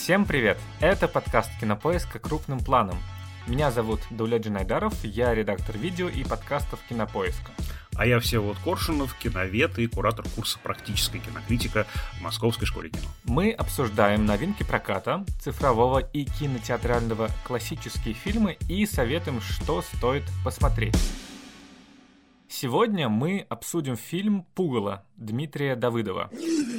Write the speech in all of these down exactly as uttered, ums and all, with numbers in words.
Всем привет! Это подкаст «Кинопоиска. Крупным планом». Меня зовут Даулет Джинайдаров, я редактор видео и подкастов «Кинопоиска». А я Всеволод Коршунов, киновед и куратор курса «Практическая кинокритика» в Московской школе кино. Мы обсуждаем новинки проката, цифрового и кинотеатрального, классические фильмы и советуем, что стоит посмотреть. Сегодня мы обсудим фильм «Пугало» Дмитрия Давыдова.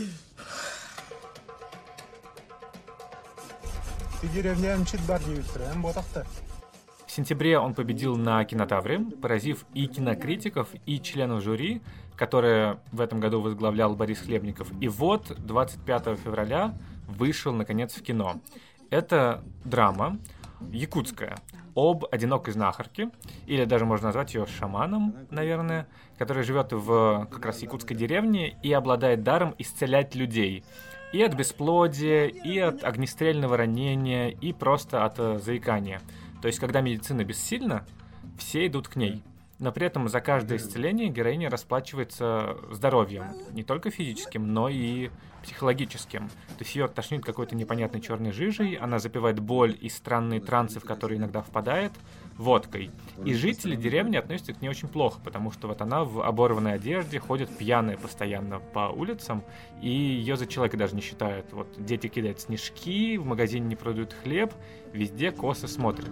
В сентябре он победил на Кинотавре, поразив и кинокритиков, и членов жюри, которые в этом году возглавлял Борис Хлебников. И вот двадцать пятого февраля вышел, наконец, в кино. Это драма якутская об одинокой знахарке, или даже можно назвать ее шаманом, наверное, который живет в как раз якутской деревне и обладает даром исцелять людей. И от бесплодия, и от огнестрельного ранения, и просто от э, заикания. То есть, когда медицина бессильна, все идут к ней. Но при этом за каждое исцеление героиня расплачивается здоровьем. Не только физическим, но и психологическим. То есть ее тошнит какой-то непонятной черной жижей, она запивает боль и странные трансы, в которые иногда впадает, водкой. И жители деревни относятся к ней очень плохо, потому что вот она в оборванной одежде ходит пьяная постоянно по улицам, и ее за человека даже не считают. Вот дети кидают снежки, в магазине не продают хлеб, везде косо смотрят.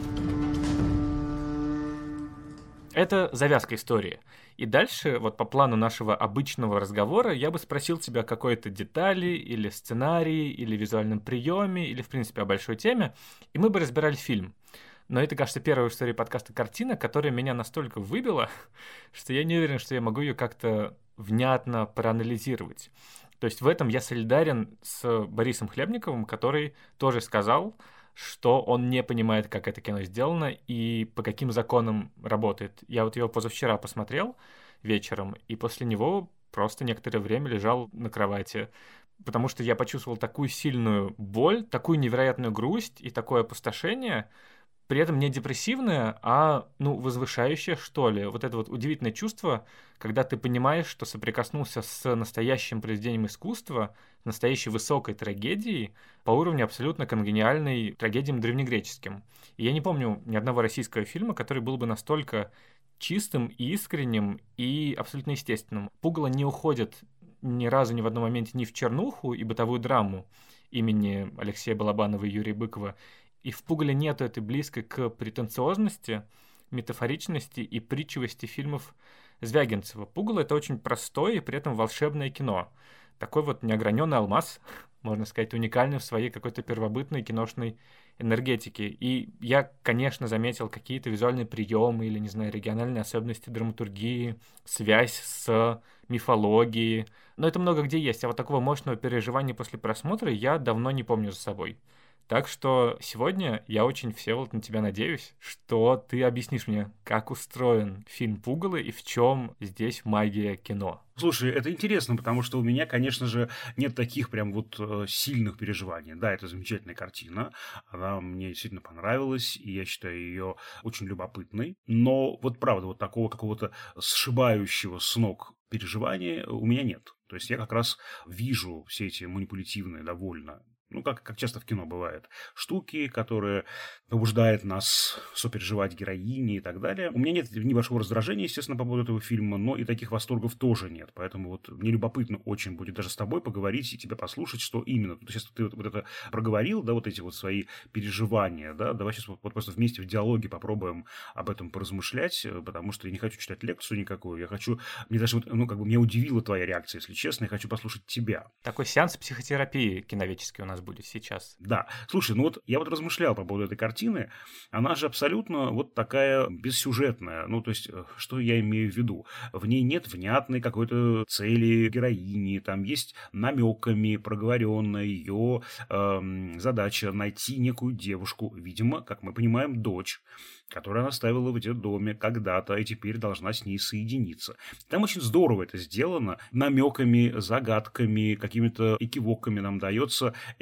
Это завязка истории. И дальше, вот по плану нашего обычного разговора, я бы спросил тебя о какой-то детали, или сценарии, или визуальном приеме, или, в принципе, о большой теме, и мы бы разбирали фильм. Но это, кажется, первая в истории подкаста картина, которая меня настолько выбила, что я не уверен, что я могу ее как-то внятно проанализировать. То есть в этом я солидарен с Борисом Хлебниковым, который тоже сказал, что он не понимает, как это кино сделано и по каким законам работает. Я вот его позавчера посмотрел вечером, и после него просто некоторое время лежал на кровати, потому что я почувствовал такую сильную боль, такую невероятную грусть и такое опустошение, при этом не депрессивное, а, ну, возвышающее, что ли. Вот это вот удивительное чувство, когда ты понимаешь, что соприкоснулся с настоящим произведением искусства, настоящей высокой трагедией по уровню абсолютно конгениальной трагедиям древнегреческим. И я не помню ни одного российского фильма, который был бы настолько чистым и искренним и абсолютно естественным. «Пугало» не уходит ни разу ни в одном моменте ни в чернуху и бытовую драму имени Алексея Балабанова и Юрия Быкова, и в «Пугале» нету этой близкой к претенциозности, метафоричности и притчивости фильмов Звягинцева. «Пугало» — это очень простое и при этом волшебное кино. Такой вот неограненный алмаз, можно сказать, уникальный в своей какой-то первобытной киношной энергетике. И я, конечно, заметил какие-то визуальные приемы или, не знаю, региональные особенности драматургии, связь с мифологией. Но это много где есть. А вот такого мощного переживания после просмотра я давно не помню за собой. Так что сегодня я очень, Всеволод, на тебя надеюсь, что ты объяснишь мне, как устроен фильм «Пугало» и в чем здесь магия кино. Слушай, это интересно, потому что у меня, конечно же, нет таких прям вот э, сильных переживаний. Да, это замечательная картина, она мне действительно понравилась, и я считаю ее очень любопытной. Но вот правда, вот такого какого-то сшибающего с ног переживания у меня нет. То есть я как раз вижу все эти манипулятивные довольно, ну, как, как часто в кино бывает, штуки, которые побуждают нас сопереживать героине и так далее. У меня нет небольшого раздражения, естественно, по поводу этого фильма, но и таких восторгов тоже нет. Поэтому вот мне любопытно очень будет даже с тобой поговорить и тебя послушать, что именно. То есть, если ты вот, вот это проговорил, да, вот эти вот свои переживания, да, давай сейчас вот, вот просто вместе в диалоге попробуем об этом поразмышлять, потому что я не хочу читать лекцию никакую, я хочу, мне даже вот, ну, как бы меня удивила твоя реакция, если честно, я хочу послушать тебя. Такой сеанс психотерапии киноведческий у нас будет сейчас. Да. Слушай, ну вот я вот размышлял по поводу этой картины. Она же абсолютно вот такая бессюжетная. Ну, то есть, что я имею в виду? В ней нет внятной какой-то цели героини. Там есть намеками проговоренная ее эм, задача найти некую девушку, видимо, как мы понимаем, дочь, которую она оставила в детдоме когда-то и теперь должна с ней соединиться. Там очень здорово это сделано. Намеками, загадками, какими-то экивоками нам дается это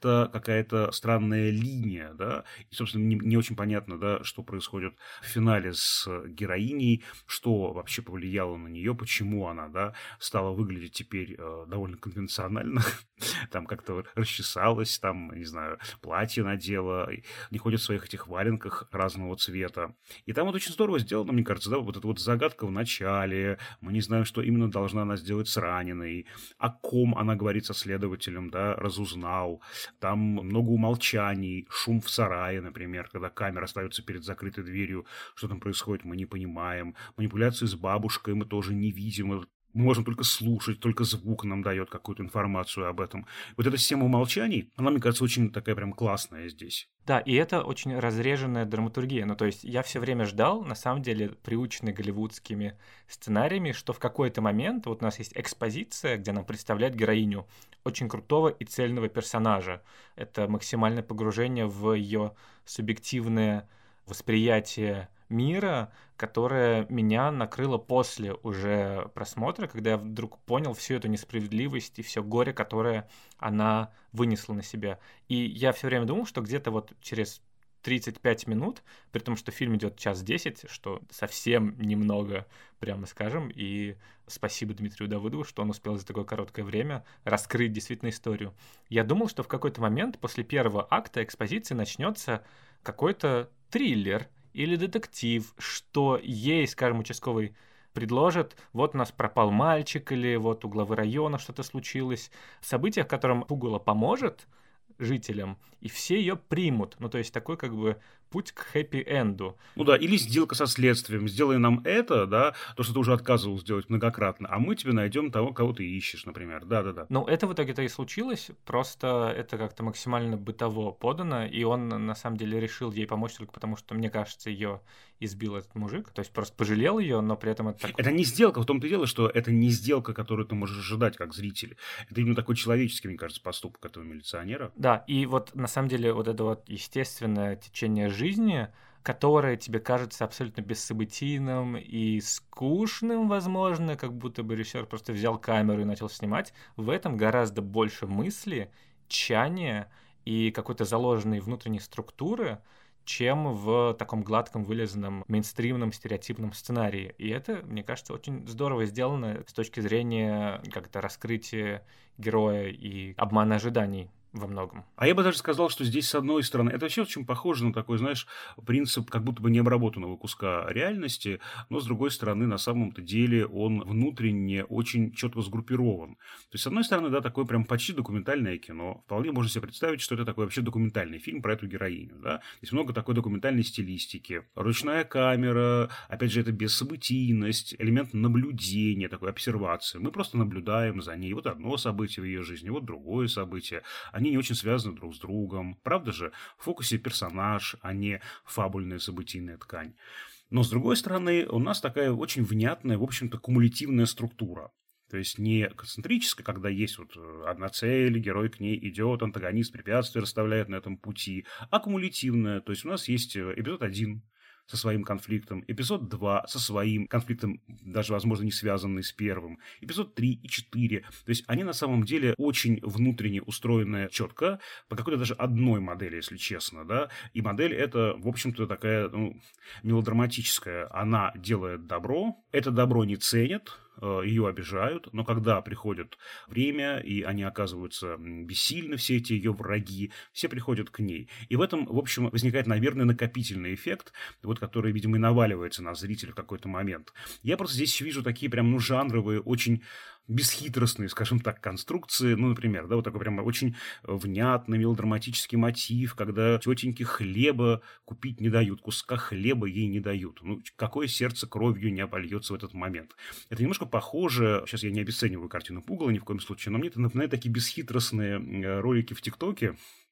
это какая-то странная линия, да, и, собственно, не, не очень понятно, да, что происходит в финале с героиней, что вообще повлияло на нее, почему она, да, стала выглядеть теперь э, довольно конвенционально, там как-то расчесалась, там, не знаю, платье надела, не ходит в своих этих валенках разного цвета. И там вот очень здорово сделано, мне кажется, да, вот эта вот загадка в начале, мы не знаем, что именно должна она сделать с раненой, о ком она говорит со следователем, да, разузнал. Там много умолчаний, шум в сарае, например, когда камера остается перед закрытой дверью, что там происходит, мы не понимаем. Манипуляции с бабушкой мы тоже не видим, мы можем только слушать, только звук нам дает какую-то информацию об этом. Вот эта система умолчаний, она, мне кажется, очень такая прям классная здесь. Да, и это очень разреженная драматургия. Ну, то есть я все время ждал, на самом деле, приученный голливудскими сценариями, что в какой-то момент вот у нас есть экспозиция, где нам представляют героиню очень крутого и цельного персонажа. Это максимальное погружение в ее субъективное восприятие мира, которое меня накрыло после уже просмотра, когда я вдруг понял всю эту несправедливость и все горе, которое она вынесла на себя. И я все время думал, что где-то вот через тридцать пять минут, при том, что фильм идет час десять, что совсем немного, прямо скажем, и спасибо Дмитрию Давыдову, что он успел за такое короткое время раскрыть действительно историю. Я думал, что в какой-то момент после первого акта экспозиции начнется какой-то триллер или детектив, что ей, скажем, участковый предложит, вот у нас пропал мальчик, или вот у главы района что-то случилось. Событие, в котором Пугало поможет жителям, и все ее примут. Ну, то есть такой как бы путь к хэппи-энду. Ну да, или сделка со следствием. Сделай нам это, да, то, что ты уже отказывал сделать многократно, а мы тебе найдем того, кого ты ищешь, например. Да-да-да. Ну, это в итоге-то и случилось, просто это как-то максимально бытово подано, и он на самом деле решил ей помочь только потому, что, мне кажется, ее избил этот мужик, то есть просто пожалел ее, но при этом это так... Это не сделка, в том-то и дело, что это не сделка, которую ты можешь ожидать как зритель. Это именно такой человеческий, мне кажется, поступок этого милиционера. Да, и вот на самом деле вот это вот естественное течение жизни, которое тебе кажется абсолютно бессобытийным и скучным, возможно, как будто бы режиссер просто взял камеру и начал снимать, в этом гораздо больше мысли, тчания и какой-то заложенной внутренней структуры, чем в таком гладком, вылизанном, мейнстримном, стереотипном сценарии. И это, мне кажется, очень здорово сделано с точки зрения как-то раскрытия героя и обмана ожиданий во многом. А я бы даже сказал, что здесь, с одной стороны, это вообще очень похоже на такой, знаешь, принцип как будто бы необработанного куска реальности, но, с другой стороны, на самом-то деле он внутренне очень четко сгруппирован. То есть, с одной стороны, да, такое прям почти документальное кино. Вполне можно себе представить, что это такой вообще документальный фильм про эту героиню, да. Здесь много такой документальной стилистики. Ручная камера, опять же, это бессобытийность, элемент наблюдения, такой обсервации. Мы просто наблюдаем за ней. Вот одно событие в ее жизни, вот другое событие. Они не очень связаны друг с другом. Правда же? В фокусе персонаж, а не фабульная событийная ткань. Но, с другой стороны, у нас такая очень внятная, в общем-то, кумулятивная структура. То есть не концентрическая, когда есть вот одна цель, герой к ней идет, антагонист препятствия расставляет на этом пути, а кумулятивная. То есть у нас есть эпизод один со своим конфликтом, эпизод два со своим конфликтом, даже, возможно, не связанный с первым, эпизод три и четыре. То есть они на самом деле очень внутренне устроены четко, по какой-то даже одной модели, если честно, да, и модель это, в общем-то, такая, ну, мелодраматическая. Она делает добро, это добро не ценят, ее обижают, но когда приходит время, и они оказываются бессильны, все эти ее враги, все приходят к ней. И в этом, в общем, возникает, наверное, накопительный эффект, вот, который, видимо, и наваливается на зрителя в какой-то момент. Я просто здесь вижу такие прям, ну, жанровые, очень бесхитростные, скажем так, конструкции. Ну, например, да, вот такой прям очень внятный мелодраматический мотив, когда тетеньке хлеба купить не дают, куска хлеба ей не дают. Ну, какое сердце кровью не обольется в этот момент. Это немножко похоже, сейчас я не обесцениваю картину Пугало ни в коем случае, но мне это напоминает такие бесхитростные ролики в ТикТоке,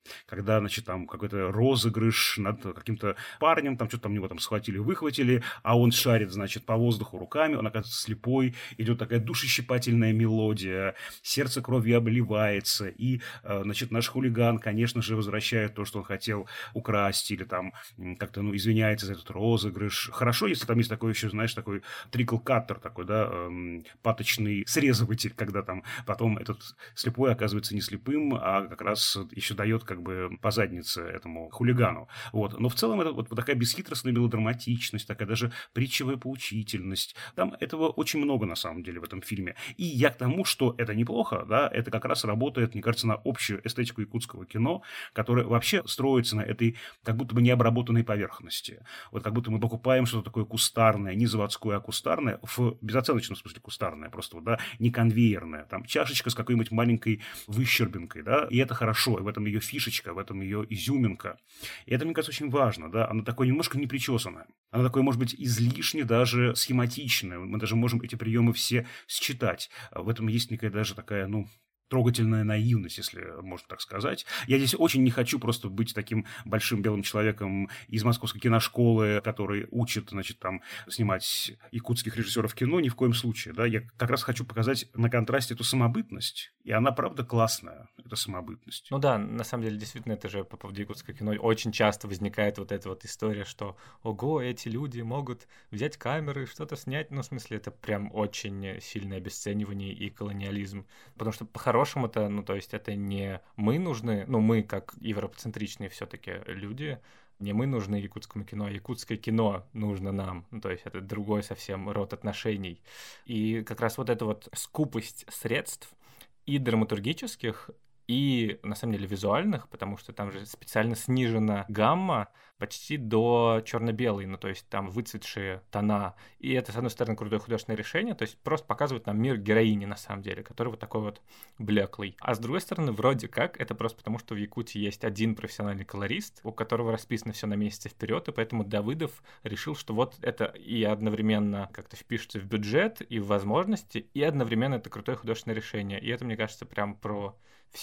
когда, значит, там какой-то розыгрыш над каким-то парнем, там что-то там него там схватили, выхватили, а он шарит, значит, по воздуху руками, он оказывается слепой, идет такая душещипательная мелодия, сердце кровью обливается, и, значит, наш хулиган, конечно же, возвращает то, что он хотел украсть, или там как-то, ну, извиняется за этот розыгрыш. Хорошо, если там есть такой еще, знаешь, такой трикл-каттер такой, да, эм, паточный срезыватель, когда там потом этот слепой оказывается не слепым, а как раз еще дает как бы по заднице этому хулигану. Вот. Но в целом это вот такая бесхитростная мелодраматичность, такая даже притчевая поучительность. Там этого очень много на самом деле в этом фильме. И я к тому, что это неплохо, да, это как раз работает, мне кажется, на общую эстетику якутского кино, которое вообще строится на этой как будто бы необработанной поверхности. Вот как будто мы покупаем что-то такое кустарное, не заводское, а кустарное, в безоценочном смысле кустарное, просто вот, да, не конвейерное. Там чашечка с какой-нибудь маленькой выщербинкой, да, и это хорошо, и в этом ее фишечка, в этом ее изюминка. И это, мне кажется, очень важно, да, она такое немножко непричесанное. Она такое, может быть, излишне даже схематичное. Мы даже можем эти приемы все считать. В этом есть некая даже такая, ну, трогательная наивность, если можно так сказать. Я здесь очень не хочу просто быть таким большим белым человеком из московской киношколы, который учит, значит, там, снимать якутских режиссеров кино, ни в коем случае, да. Я как раз хочу показать на контрасте эту самобытность, и она, правда, классная, эта самобытность. Ну да, на самом деле, действительно, это же по поводу якутского кино очень часто возникает вот эта вот история, что, ого, эти люди могут взять камеры, что-то снять, ну, в смысле, это прям очень сильное обесценивание и колониализм, потому что по-хорошему По-хорошему-то, ну, то есть это не мы нужны, ну, мы, как европоцентричные все-таки люди, не мы нужны якутскому кино, а якутское кино нужно нам. Ну, то есть это другой совсем род отношений. И как раз вот эта вот скупость средств и драматургических, и, на самом деле, визуальных, потому что там же специально снижена гамма почти до черно-белой, ну, то есть там выцветшие тона. И это, с одной стороны, крутое художественное решение, то есть просто показывает нам мир героини, на самом деле, который вот такой вот блеклый. А с другой стороны, вроде как, это просто потому, что в Якутии есть один профессиональный колорист, у которого расписано все на месяцы вперед, и поэтому Давыдов решил, что вот это и одновременно как-то впишется в бюджет и в возможности, и одновременно это крутое художественное решение. И это, мне кажется, прям про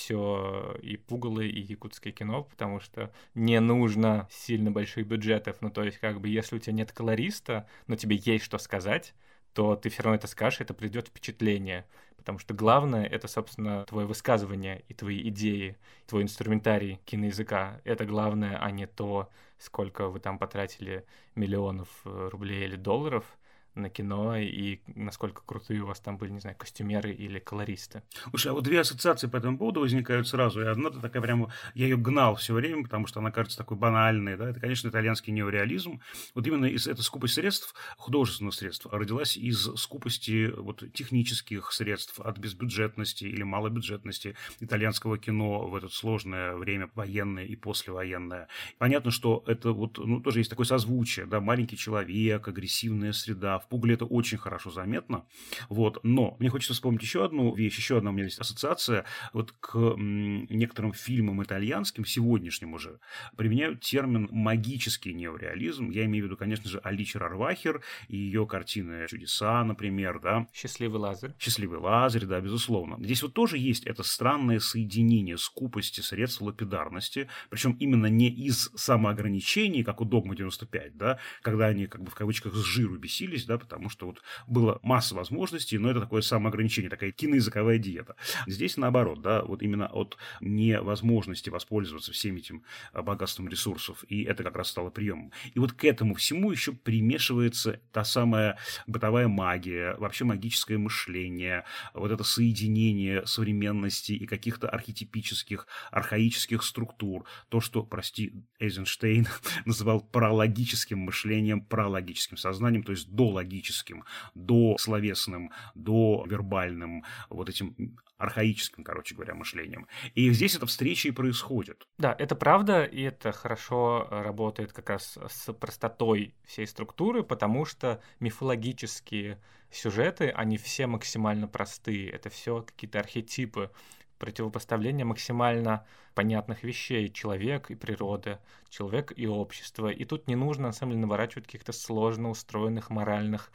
все и пугало, и якутское кино, потому что не нужно сильно больших бюджетов. Ну, то есть, как бы, если у тебя нет колориста, но тебе есть что сказать, то ты все равно это скажешь, это придет впечатление. Потому что главное — это, собственно, твое высказывание и твои идеи, твой инструментарий киноязыка. Это главное, а не то, сколько вы там потратили миллионов рублей или долларов на кино, и насколько крутые у вас там были, не знаю, костюмеры или колористы. Слушай, а вот две ассоциации по этому поводу возникают сразу, и одна-то такая прямо, я ее гнал все время, потому что она кажется такой банальной, да, это, конечно, итальянский неореализм. Вот именно из этой скупости средств, художественных средств, родилась из скупости вот технических средств, от безбюджетности или малобюджетности итальянского кино в это сложное время, военное и послевоенное. Понятно, что это вот, ну, тоже есть такое созвучие, да, маленький человек, агрессивная среда. В «Пугале» это очень хорошо заметно. Вот. Но мне хочется вспомнить еще одну вещь, еще одна у меня есть ассоциация. Вот к м, некоторым фильмам итальянским, сегодняшним уже, применяют термин «магический неореализм». Я имею в виду, конечно же, Аличи Рарвахер и ее картины «Чудеса», например, да. «Счастливый Лазарь». «Счастливый Лазарь», да, безусловно. Здесь вот тоже есть это странное соединение скупости средств, лапидарности, причем именно не из самоограничений, как у «Догмы девяносто пять», да, когда они, как бы в кавычках, с жиру бесились, да, потому что вот было масса возможностей, но это такое самоограничение, такая киноязыковая диета. Здесь наоборот, да, вот именно от невозможности воспользоваться всем этим богатством ресурсов, и это как раз стало приемом. И вот к этому всему еще примешивается та самая бытовая магия, вообще магическое мышление, вот это соединение современности и каких-то архетипических, архаических структур, то, что, прости, Эйзенштейн называл паралогическим мышлением, паралогическим сознанием, то есть дологическим, дословесным, довербальным, вот этим архаическим, короче говоря, мышлением. И здесь эта встреча и происходит. Да, это правда, и это хорошо работает как раз с простотой всей структуры, потому что мифологические сюжеты, они все максимально простые, это все какие-то архетипы, противопоставление максимально понятных вещей: человек и природа, человек и общество. И тут не нужно, на самом деле, наворачивать каких-то сложно устроенных моральных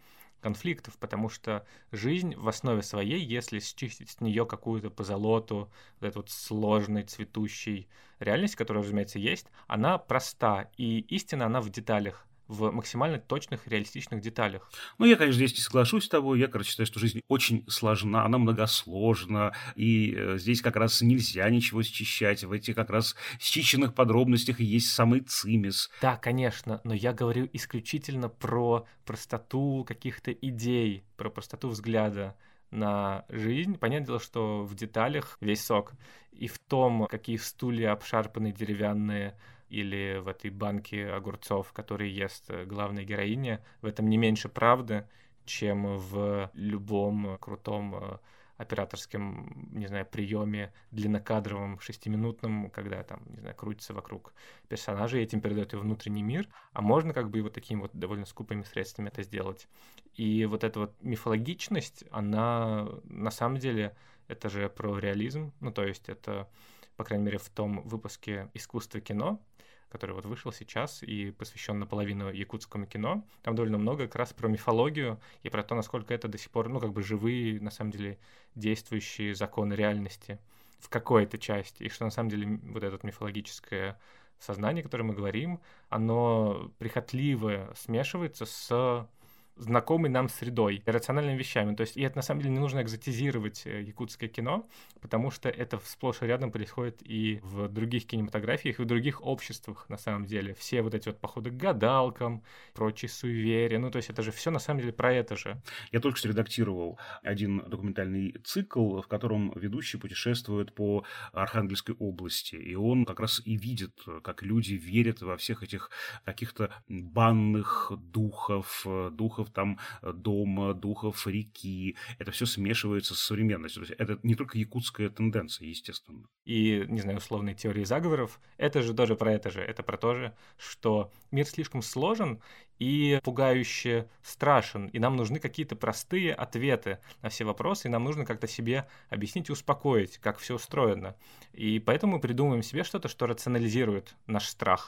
конфликтов, потому что жизнь в основе своей, если счистить с нее какую-то позолоту, вот эту вот сложной, цветущей реальность, которая, разумеется, есть, она проста, и истина, она в деталях, в максимально точных, реалистичных деталях. Ну, я, конечно, здесь не соглашусь с тобой. Я, короче, считаю, что жизнь очень сложна, она многосложна, и э, здесь как раз нельзя ничего счищать. В этих как раз счищенных подробностях и есть самый цимис. Да, конечно, но я говорю исключительно про простоту каких-то идей, про простоту взгляда на жизнь. Понятное дело, что в деталях весь сок. И в том, какие стулья обшарпанные, деревянные, или в этой банке огурцов, которые ест э, главная героиня, в этом не меньше правды, чем в любом крутом э, операторском, не знаю, приеме длиннокадровом, шестиминутном, когда там, не знаю, крутится вокруг персонажей, этим передает и внутренний мир, а можно как бы и вот такими вот довольно скупыми средствами это сделать. И вот эта вот мифологичность, она на самом деле, это же про реализм, ну то есть это, по крайней мере, в том выпуске «Искусство кино», который вот вышел сейчас и посвящен наполовину якутскому кино. Там довольно много как раз про мифологию и про то, насколько это до сих пор, ну, как бы живые, на самом деле, действующие законы реальности в какой-то части. И что, на самом деле, вот это мифологическое сознание, о котором мы говорим, оно прихотливо смешивается с знакомой нам средой, рациональными вещами. То есть, и это на самом деле не нужно экзотизировать э, якутское кино, потому что это сплошь и рядом происходит и в других кинематографиях, и в других обществах, на самом деле. Все вот эти вот походы к гадалкам, прочие суеверия, ну, то есть это же все на самом деле про это же. Я только что редактировал один документальный цикл, в котором ведущий путешествует по Архангельской области, и он как раз и видит, как люди верят во всех этих каких-то банных духов, духов там дома, духов реки. Это все смешивается с современностью. То есть это не только якутская тенденция, естественно. И, не знаю, условные теории заговоров, это же тоже про это же. Это про то же, что мир слишком сложен и пугающе страшен, и нам нужны какие-то простые ответы на все вопросы, и нам нужно как-то себе объяснить и успокоить, как все устроено. И поэтому мы придумываем себе что-то, что рационализирует наш страх.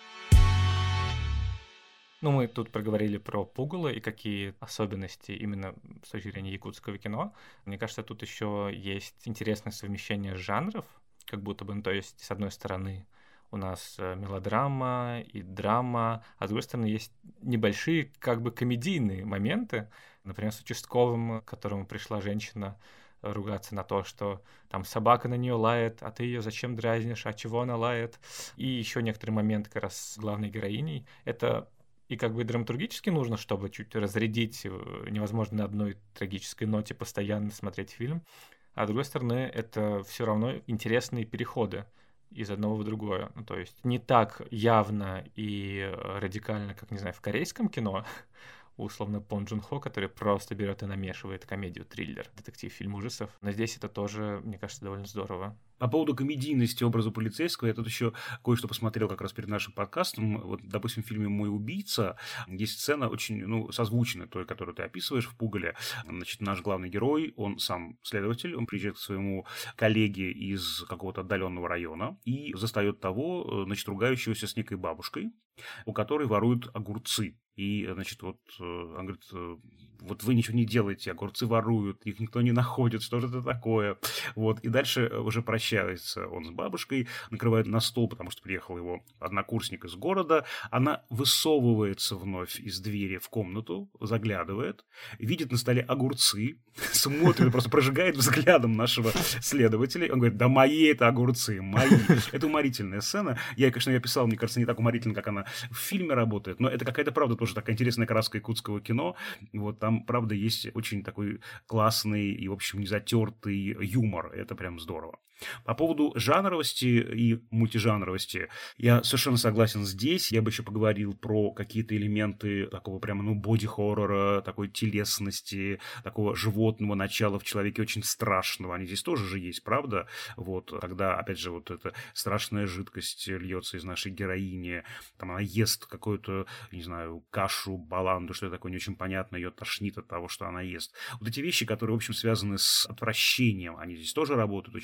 Ну, мы тут проговорили про пугало и какие особенности именно с точки зрения якутского кино. Мне кажется, тут еще есть интересное совмещение жанров, как будто бы, ну, то есть, с одной стороны, у нас э, мелодрама и драма, а с другой стороны, есть небольшие, как бы, комедийные моменты. Например, с участковым, к которому пришла женщина ругаться на то, что там собака на нее лает, а ты ее зачем дразнишь, а чего она лает. И еще некоторые моменты как раз с главной героиней. Это и как бы драматургически нужно, чтобы чуть разрядить, невозможно на одной трагической ноте постоянно смотреть фильм. А с другой стороны, это все равно интересные переходы из одного в другое. Ну, то есть не так явно и радикально, как, не знаю, в корейском кино, условно Пон Джун Хо, который просто берет и намешивает комедию, триллер, детектив, фильм ужасов. Но здесь это тоже, мне кажется, довольно здорово. По поводу комедийности образа полицейского, я тут еще кое-что посмотрел как раз перед нашим подкастом. Вот, допустим, в фильме «Мой убийца» есть сцена очень, ну, созвучная той, которую ты описываешь в «Пугале». Значит, наш главный герой, он сам следователь, он приезжает к своему коллеге из какого-то отдаленного района и застает того, значит, ругающегося с некой бабушкой, у которой воруют огурцы. И, значит, вот он говорит, вот вы ничего не делаете, огурцы воруют, их никто не находит, что же это такое? Вот, и дальше уже прощается он с бабушкой, накрывает на стол, потому что приехал его однокурсник из города, она высовывается вновь из двери в комнату, заглядывает, видит на столе огурцы, смотрит, просто прожигает взглядом нашего следователя, он говорит, да мои это огурцы, мои. Это уморительная сцена, я, конечно, ее писал, мне кажется, не так уморительно, как она в фильме работает, но это какая-то правда тоже такая интересная краска якутского кино, вот там, правда, есть очень такой классный и, в общем, незатертый юмор, это прям здорово. По поводу жанровости и мультижанровости, я совершенно согласен здесь. Я бы еще поговорил про какие-то элементы такого прямо, ну, боди-хоррора, такой телесности, такого животного начала в человеке очень страшного. Они здесь тоже же есть, правда? Вот, когда, опять же, вот эта страшная жидкость льется из нашей героини, там она ест какую-то, не знаю, кашу, баланду, что это такое, не очень понятно, ее тошнит от того, что она ест. Вот эти вещи, которые, в общем, связаны с отвращением, они здесь тоже работают очень сильно.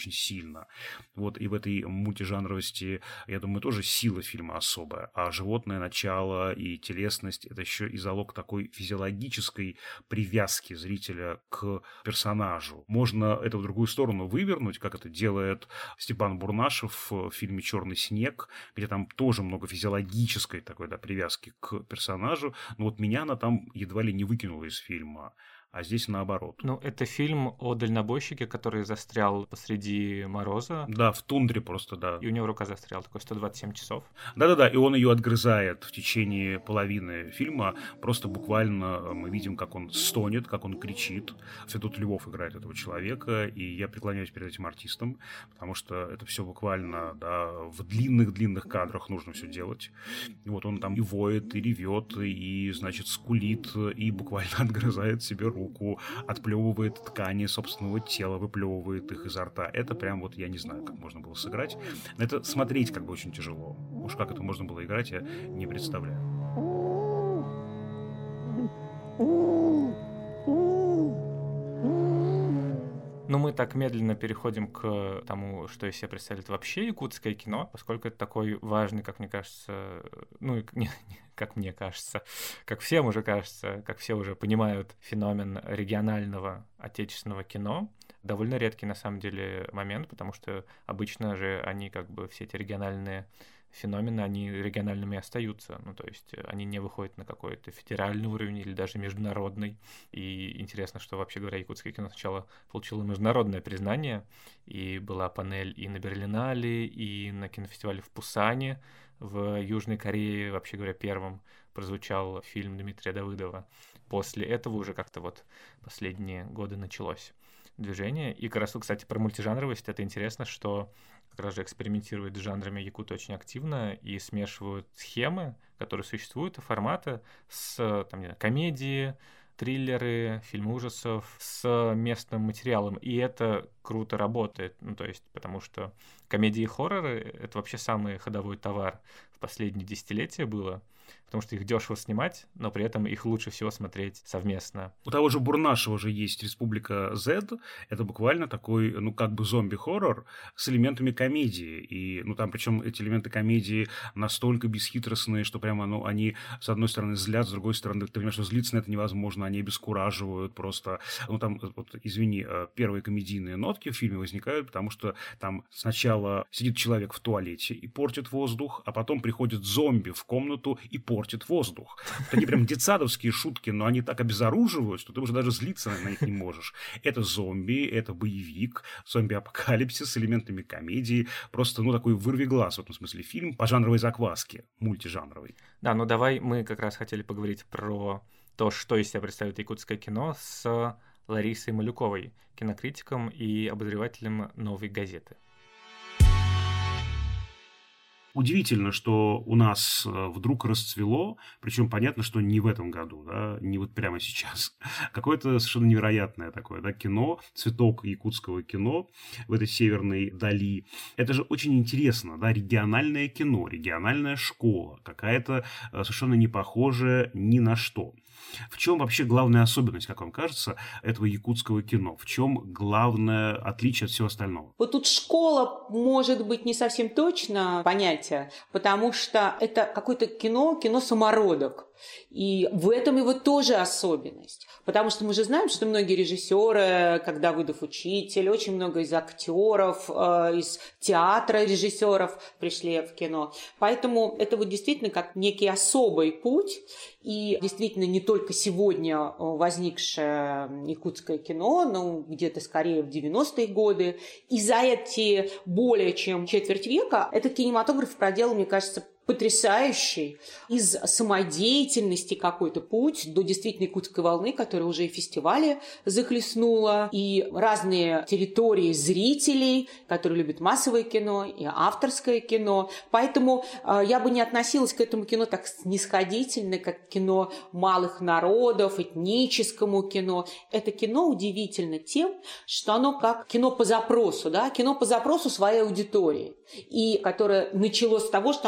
сильно. Вот, и в этой мультижанровости, я думаю, тоже сила фильма особая. А животное начало и телесность — это еще и залог такой физиологической привязки зрителя к персонажу. Можно это в другую сторону вывернуть, как это делает Степан Бурнашев в фильме «Черный снег», где там тоже много физиологической такой, да, привязки к персонажу. Но вот меня она там едва ли не выкинула из фильма. А здесь наоборот. Ну, это фильм о дальнобойщике, который застрял посреди мороза. Да, в тундре просто, да. И у него рука застряла, такой сто двадцать семь часов. Да-да-да, и он ее отгрызает в течение половины фильма. Просто буквально мы видим, как он стонет, как он кричит. Федот Львов играет этого человека, и я преклоняюсь перед этим артистом, потому что это все буквально, да, в длинных-длинных кадрах нужно все делать. И вот он там и воет, и ревет, и, значит, скулит, и буквально отгрызает себе руку. руку, отплевывает ткани собственного тела, выплевывает их изо рта. Это прям вот, я не знаю, как можно было сыграть. Это смотреть как бы очень тяжело. Уж как это можно было играть, я не представляю. Ну, мы так медленно переходим к тому, что из себя представляет вообще якутское кино, поскольку это такой важный, как мне кажется, ну, не, не, как мне кажется, как всем уже кажется, как все уже понимают, феномен регионального отечественного кино. Довольно редкий, на самом деле, момент, потому что обычно же они, как бы, все эти региональные феномены, они региональными остаются, ну, то есть они не выходят на какой-то федеральный уровень или даже международный. И интересно, что, вообще говоря, якутское кино сначала получило международное признание, и была панель и на Берлинале, и на кинофестивале в Пусане, в Южной Корее, вообще говоря, первым прозвучал фильм Дмитрия Давыдова. После этого уже как-то вот последние годы началось движение. И как раз, кстати, про мультижанровость, это интересно, что как раз же экспериментируют с жанрами якуты очень активно и смешивают схемы, которые существуют, и форматы с там, не знаю, комедии, триллеры, фильмы ужасов с местным материалом. И это круто работает, ну, то есть, потому что комедии и хорроры — это вообще самый ходовой товар в последние десятилетия было, потому что их дешево снимать, но при этом их лучше всего смотреть совместно. У того же Бурнашева же есть «Республика Z». Это буквально такой, ну, как бы зомби-хоррор с элементами комедии. И, ну, там, причем эти элементы комедии настолько бесхитростные, что прямо, ну, они, с одной стороны, злят, с другой стороны, ты понимаешь, что злиться на это невозможно, они обескураживают просто. Ну, там, вот, извини, первые комедийные нотки в фильме возникают, потому что там сначала сидит человек в туалете и портит воздух, а потом приходит зомби в комнату и портит воздух. Такие прям детсадовские шутки, но они так обезоруживают, что ты уже даже злиться на них не можешь. Это зомби, это боевик, зомби-апокалипсис с элементами комедии. Просто, ну, такой вырвиглаз в этом смысле фильм по жанровой закваске, мультижанровой. Да, ну давай мы как раз хотели поговорить про то, что из себя представляет якутское кино, с Ларисой Малюковой, кинокритиком и обозревателем «Новой газеты». Удивительно, что у нас вдруг расцвело, причем понятно, что не в этом году, да, не вот прямо сейчас. Какое-то совершенно невероятное такое, да, кино, цветок якутского кино в этой северной дали. Это же очень интересно, да, региональное кино, региональная школа, какая-то совершенно не похожая ни на что. В чем вообще главная особенность, как вам кажется, этого якутского кино? В чем главное отличие от всего остального? Вот тут школа может быть не совсем точно понятие, потому что это какое-то кино, кино самородок. И в этом его тоже особенность. Потому что мы же знаем, что многие режиссеры, когда выйдут учитель, очень много из актеров, э, из театра режиссеров пришли в кино. Поэтому это вот действительно как некий особый путь. И действительно не только сегодня возникшее якутское кино, но где-то скорее в девяностые годы. И за эти более чем четверть века этот кинематограф проделал, мне кажется, потрясающий из самодеятельности какой-то путь до действительно якутской волны, которая уже и фестивали захлестнула, и разные территории зрителей, которые любят массовое кино и авторское кино. Поэтому э, я бы не относилась к этому кино так снисходительно, как к кино малых народов, этническому кино. Это кино удивительно тем, что оно как кино по запросу, да, кино по запросу своей аудитории, и которое началось с того, что оно сняло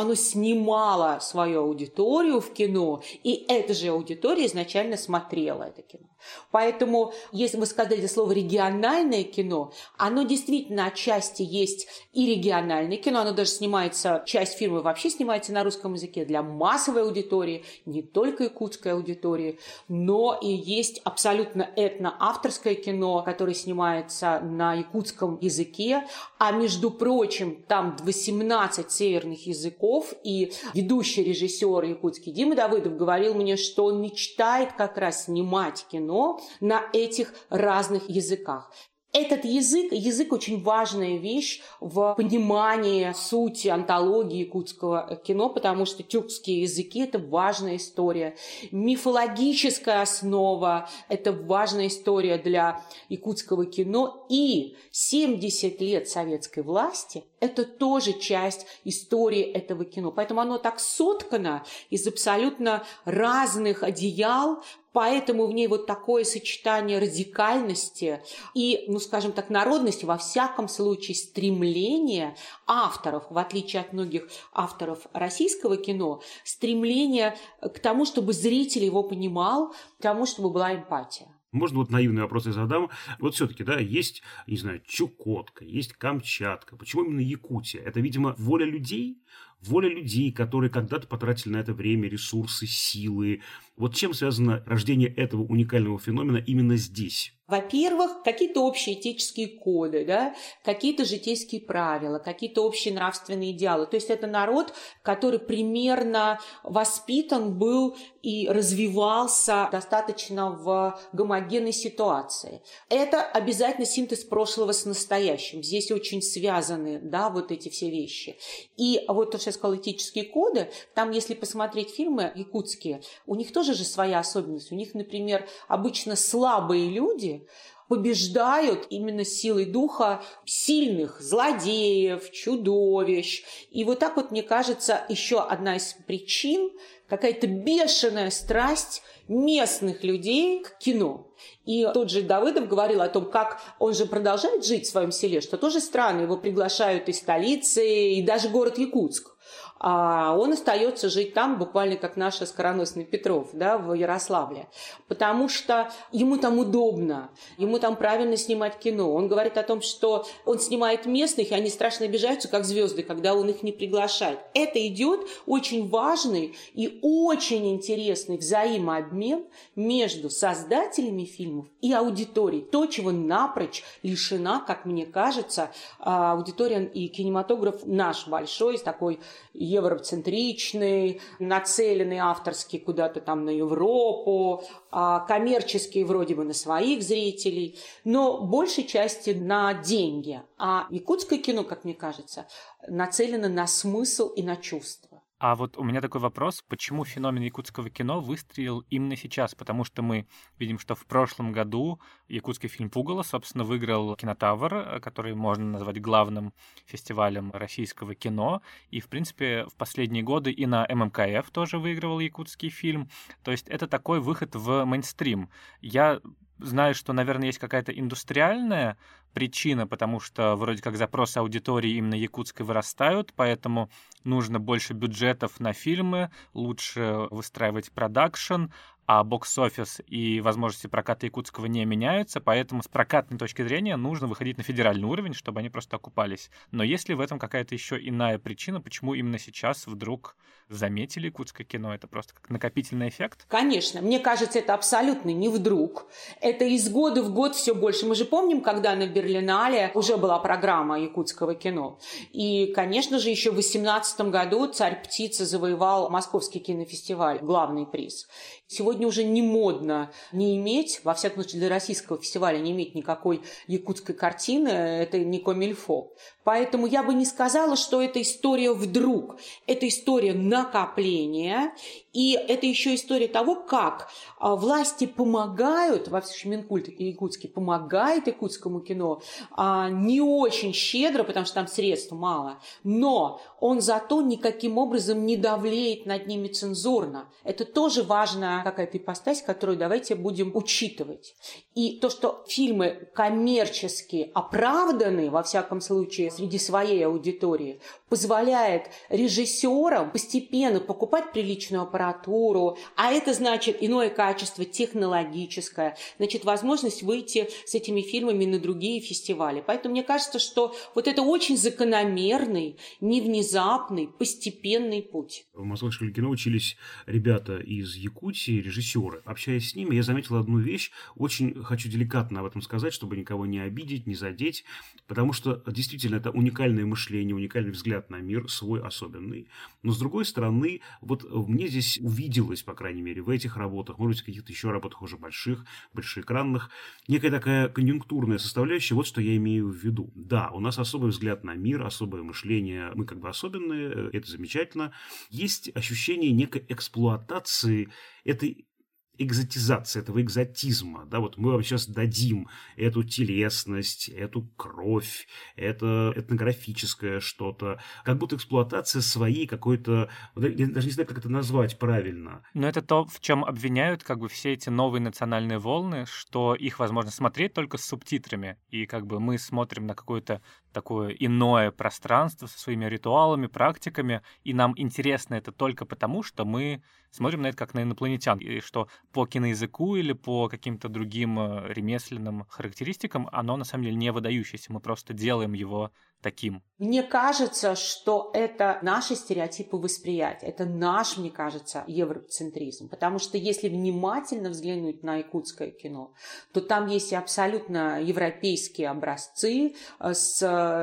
нанимала свою аудиторию в кино, и эта же аудитория изначально смотрела это кино. Поэтому, если мы сказали слово «региональное кино», оно действительно отчасти есть и региональное кино, оно даже снимается, часть фильмов вообще снимается на русском языке для массовой аудитории, не только якутской аудитории, но и есть абсолютно этноавторское кино, которое снимается на якутском языке, а между прочим, там восемнадцать северных языков, и ведущий режиссер якутский Дима Давыдов говорил мне, что он мечтает как раз снимать кино на этих разных языках. Этот язык, язык очень важная вещь в понимании сути, антологии якутского кино, потому что тюркские языки – это важная история. Мифологическая основа – это важная история для якутского кино. И семьдесят лет советской власти – это тоже часть истории этого кино. Поэтому оно так соткано из абсолютно разных одеял, поэтому в ней вот такое сочетание радикальности и, ну, скажем так, народности, во всяком случае, стремление авторов, в отличие от многих авторов российского кино, стремление к тому, чтобы зритель его понимал, к тому, чтобы была эмпатия. Можно вот наивный вопрос я задам. Вот все-таки, да, есть, не знаю, Чукотка, есть Камчатка. Почему именно Якутия? Это, видимо, воля людей? Воля людей, которые когда-то потратили на это время, ресурсы, силы. Вот чем связано рождение этого уникального феномена именно здесь? Во-первых, какие-то общие этические коды, да, какие-то житейские правила, какие-то общие нравственные идеалы. То есть это народ, который примерно воспитан был и развивался достаточно в гомогенной ситуации. Это обязательно синтез прошлого с настоящим. Здесь очень связаны, да, вот эти все вещи. И вот то, что я сказала, этические коды, там, если посмотреть фильмы якутские, у них тоже же своя особенность. У них, например, обычно слабые люди побеждают именно силой духа сильных злодеев, чудовищ. И вот так вот, мне кажется, еще одна из причин – какая-то бешеная страсть местных людей к кино. И тот же Давыдов говорил о том, как он же продолжает жить в своем селе, что тоже странно, его приглашают из столицы, и даже город Якутск. А он остается жить там, буквально как наш скороносный Петров, да, в Ярославле, потому что ему там удобно, ему там правильно снимать кино. Он говорит о том, что он снимает местных, и они страшно обижаются, как звезды, когда он их не приглашает. Это идет очень важный и очень интересный взаимообмен между создателями фильмов и аудиторией. То, чего напрочь лишена, как мне кажется, аудитория и кинематограф наш большой, такой евроцентричный, нацеленный авторский куда-то там на Европу, коммерческий вроде бы на своих зрителей, но большей части на деньги. А якутское кино, как мне кажется, нацелено на смысл и на чувства. А вот у меня такой вопрос, почему феномен якутского кино выстрелил именно сейчас? Потому что мы видим, что в прошлом году якутский фильм «Пугало», собственно, выиграл Кинотавр, который можно назвать главным фестивалем российского кино. И, в принципе, в последние годы и на эм эм ка эф тоже выигрывал якутский фильм. То есть это такой выход в мейнстрим. Я знаю, что, наверное, есть какая-то индустриальная причина, потому что вроде как запросы аудитории именно якутской вырастают, поэтому нужно больше бюджетов на фильмы, лучше выстраивать продакшн, а бокс-офис и возможности проката якутского не меняются, поэтому с прокатной точки зрения нужно выходить на федеральный уровень, чтобы они просто окупались. Но есть ли в этом какая-то еще иная причина, почему именно сейчас вдруг заметили якутское кино? Это просто как накопительный эффект? Конечно. Мне кажется, это абсолютно не вдруг. Это из года в год все больше. Мы же помним, когда на Берлинале уже была программа якутского кино. И, конечно же, еще в две тысячи восемнадцатом году «Царь птицы» завоевал Московский кинофестиваль, главный приз. Сегодня уже не модно не иметь, во всяком случае для российского фестиваля, не иметь никакой якутской картины, это не комильфо. Поэтому я бы не сказала, что это история вдруг. Это история накопления, и это еще история того, как власти помогают, во всем Минкульт якутский помогает якутскому кино не очень щедро, потому что там средств мало, но он зато никаким образом не давлеет над ними цензурно. Это тоже важная такая какая-то ипостась, которую давайте будем учитывать. И то, что фильмы коммерчески оправданы, во всяком случае, среди своей аудитории, позволяет режиссерам постепенно покупать приличную аппаратуру, а это значит иное качество технологическое, значит, возможность выйти с этими фильмами на другие фестивали. Поэтому мне кажется, что вот это очень закономерный, невнезапный, постепенный путь. В Московской школе кино учились ребята из Якутии, режиссеры. Общаясь с ними, я заметил одну вещь, очень хочу деликатно об этом сказать, чтобы никого не обидеть, не задеть, потому что действительно это уникальное мышление, уникальный взгляд на мир, свой особенный. Но с другой стороны, вот мне здесь увиделось, по крайней мере, в этих работах, может быть, в каких-то еще работах уже больших, большеэкранных, некая такая конъюнктурная составляющая, вот что я имею в виду. Да, у нас особый взгляд на мир, особое мышление, мы как бы особенные, это замечательно. Есть ощущение некой эксплуатации этой экзотизации, этого экзотизма. Да, вот мы вам сейчас дадим эту телесность, эту кровь, это этнографическое что-то. Как будто эксплуатация своей какой-то... Я даже не знаю, как это назвать правильно. Но это то, в чем обвиняют как бы все эти новые национальные волны, что их возможно смотреть только с субтитрами. И как бы мы смотрим на какое-то такое иное пространство со своими ритуалами, практиками, и нам интересно это только потому, что мы смотрим на это как на инопланетян, и что по киноязыку или по каким-то другим ремесленным характеристикам оно на самом деле не выдающееся, мы просто делаем его таким. Мне кажется, что это наши стереотипы восприятия, это наш, мне кажется, европоцентризм, потому что если внимательно взглянуть на якутское кино, то там есть и абсолютно европейские образцы с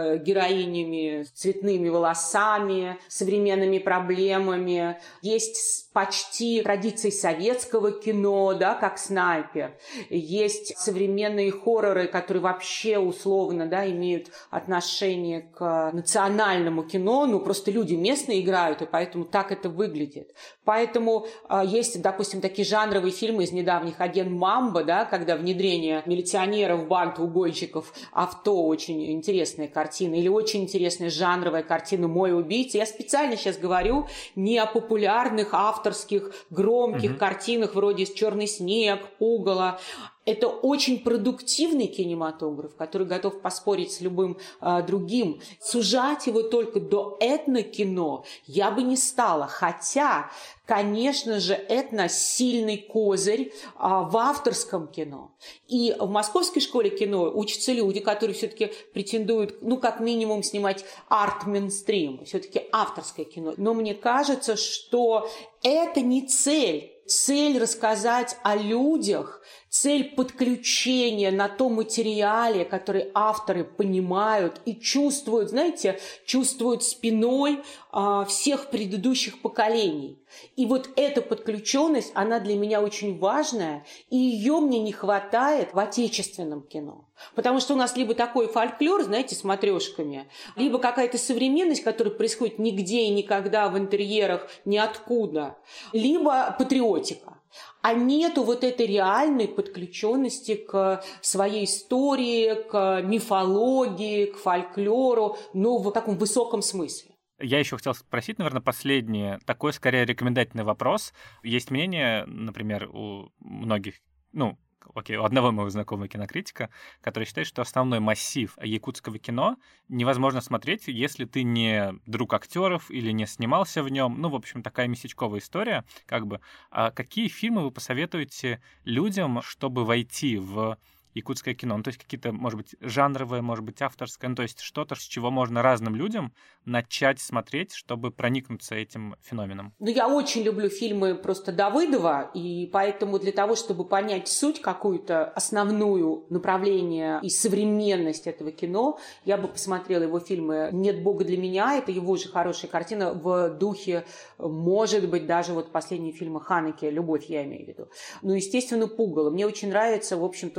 героинями с цветными волосами, современными проблемами, есть почти традиции советского кино, да, как «Снайпер», есть современные хорроры, которые вообще условно, да, имеют отношение к национальному кино, ну, просто люди местные играют, и поэтому так это выглядит. Поэтому э, есть, допустим, такие жанровые фильмы из недавних «Агент Мамбо», да, когда внедрение милиционеров в банд угонщиков авто, очень интересная картина, или очень интересная жанровая картина «Мой убийца». Я специально сейчас говорю не о популярных авторских громких mm-hmm. картинах вроде «Черный снег», «Пугало». Это очень продуктивный кинематограф, который готов поспорить с любым э, другим. Сужать его только до этнокино я бы не стала. Хотя, конечно же, этно сильный козырь э, в авторском кино. И в Московской школе кино учатся люди, которые все-таки претендуют, ну, как минимум, снимать арт-мейнстрим, все-таки авторское кино. Но мне кажется, что это не цель. Цель рассказать о людях, цель подключения на том материале, который авторы понимают и чувствуют, знаете, чувствуют спиной а, всех предыдущих поколений. И вот эта подключенность, она для меня очень важная, и ее мне не хватает в отечественном кино. Потому что у нас либо такой фольклор, знаете, с матрешками, либо какая-то современность, которая происходит нигде и никогда в интерьерах, ниоткуда, либо патриотика. А нету вот этой реальной подключенности к своей истории, к мифологии, к фольклору, но в таком высоком смысле. Я еще хотел спросить, наверное, последнее, такой скорее рекомендательный вопрос. Есть мнение, например, у многих, ну, окей, у одного моего знакомого кинокритика, который считает, что основной массив якутского кино невозможно смотреть, если ты не друг актеров или не снимался в нем. Ну, в общем, такая местечковая история, как бы. А какие фильмы вы посоветуете людям, чтобы войти в якутское кино? Ну, то есть какие-то, может быть, жанровые, может быть, авторское, ну, то есть что-то, с чего можно разным людям начать смотреть, чтобы проникнуться этим феноменом. Ну, я очень люблю фильмы просто Давыдова, и поэтому для того, чтобы понять суть какую-то основную направление и современность этого кино, я бы посмотрела его фильмы «Нет Бога для меня», это его же хорошая картина в духе, может быть, даже вот последние фильмы Ханеке, «Любовь» я имею в виду. Ну, естественно, «Пугало». Мне очень нравится, в общем, то, что он делает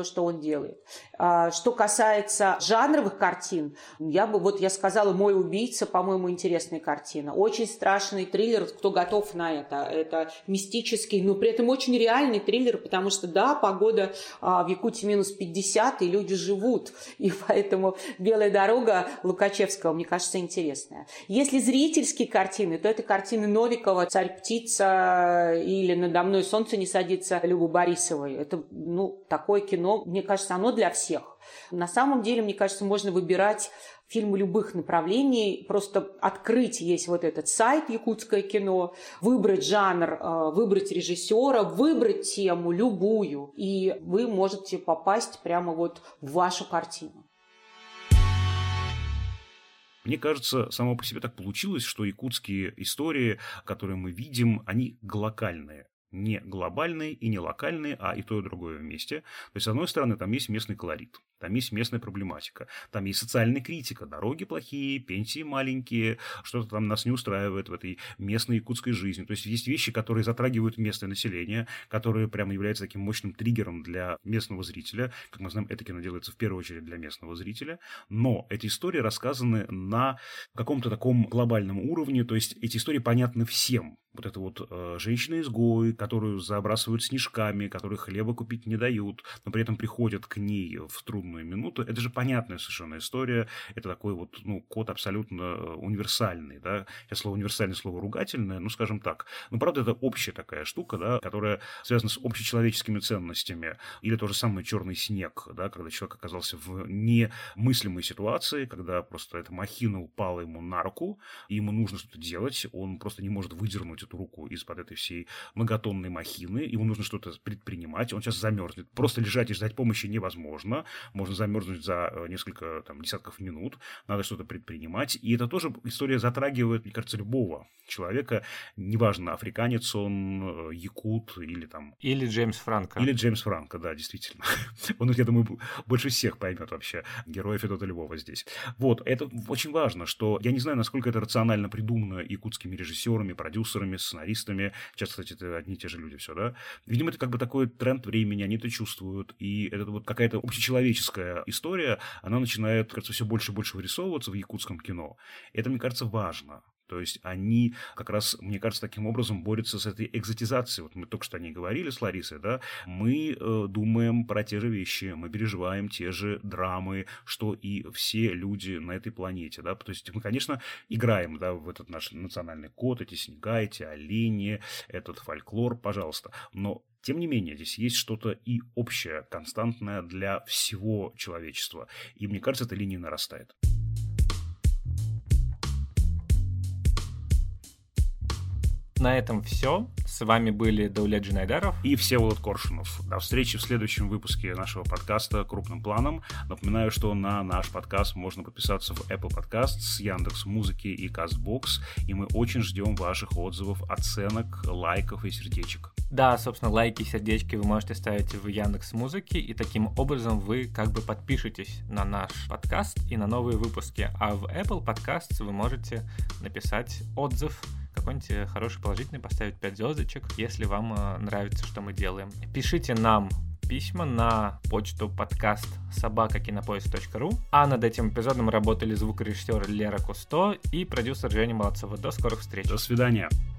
делает. Что касается жанровых картин, я бы, вот я сказала, «Мой убийца», по-моему, интересная картина. Очень страшный триллер, кто готов на это. Это мистический, но при этом очень реальный триллер, потому что, да, погода в Якутии минус пятьдесят, и люди живут. И поэтому «Белая дорога» Лукачевского, мне кажется, интересная. Если зрительские картины, то это картины Новикова «Царь-птица» или «Надо мной солнце не садится» Любы Борисовой. Это, ну, такое кино, мне кажется, оно для всех. На самом деле, мне кажется, можно выбирать фильмы любых направлений, просто открыть есть вот этот сайт «Якутское кино», выбрать жанр, выбрать режиссера, выбрать тему любую, и вы можете попасть прямо вот в вашу картину. Мне кажется, само по себе так получилось, что якутские истории, которые мы видим, они локальные. Не глобальные и не локальные, а и то, и другое вместе. То есть, с одной стороны, там есть местный колорит, там есть местная проблематика, там есть социальная критика, дороги плохие, пенсии маленькие, что-то там нас не устраивает в этой местной якутской жизни. То есть, есть вещи, которые затрагивают местное население, которые прямо являются таким мощным триггером для местного зрителя. Как мы знаем, это кино делается в первую очередь для местного зрителя. Но эти истории рассказаны на каком-то таком глобальном уровне, то есть, эти истории понятны всем. Вот это вот э, женщина-изгой, которую забрасывают снежками, которой хлеба купить не дают, но при этом приходят к ней в трудную минуту. Это же понятная совершенно история. Это такой вот, ну, код абсолютно универсальный, да. Сейчас слово универсальное, слово ругательное, ну, скажем так. Но, правда, это общая такая штука, да, которая связана с общечеловеческими ценностями. Или то же самое «Черный снег», да, когда человек оказался в немыслимой ситуации, когда просто эта махина упала ему на руку, и ему нужно что-то делать, он просто не может выдернуть эту руку из-под этой всей многотонной махины, ему нужно что-то предпринимать, он сейчас замерзнет. Просто лежать и ждать помощи невозможно, можно замерзнуть за несколько там, десятков минут, надо что-то предпринимать, и это тоже история затрагивает, мне кажется, любого человека, неважно, африканец он, якут или там... Или Джеймс Франко. Или Джеймс Франко, да, действительно. Он, я думаю, больше всех поймет вообще героев Федота Львова здесь. Вот, это очень важно, что я не знаю, насколько это рационально придумано якутскими режиссерами, продюсерами, сценаристами. Сейчас, кстати, это одни и те же люди все, да. Видимо, это как бы такой тренд времени, они это чувствуют, и это вот какая-то общечеловеческая история, она начинает, кажется, все больше и больше вырисовываться в якутском кино. Это, мне кажется, важно. То есть они как раз, мне кажется, таким образом борются с этой экзотизацией. Вот мы только что о ней говорили с Ларисой, да. Мы э, думаем про те же вещи, мы переживаем те же драмы, что и все люди на этой планете, да. То есть мы, конечно, играем, да, в этот наш национальный код, эти снега, эти олени, этот фольклор, пожалуйста. Но тем не менее, здесь есть что-то и общее, константное для всего человечества. И мне кажется, эта линия нарастает. На этом все. С вами были Даулет Джинайдаров и Всеволод Коршунов. До встречи в следующем выпуске нашего подкаста «Крупным планом». Напоминаю, что на наш подкаст можно подписаться в Apple Podcasts, Яндекс.Музыки и Castbox. И мы очень ждем ваших отзывов, оценок, лайков и сердечек. Да, собственно, лайки и сердечки вы можете ставить в Яндекс.Музыке, и таким образом вы как бы подпишетесь на наш подкаст и на новые выпуски. А в Apple Podcasts вы можете написать отзыв, какой-нибудь хороший, положительный, поставить пять звездочек, если вам нравится, что мы делаем. Пишите нам письма на почту подкаст собака кинопоиск точка ру. А над этим эпизодом работали звукорежиссер Лера Кусто и продюсер Женя Молодцова. До скорых встреч. До свидания.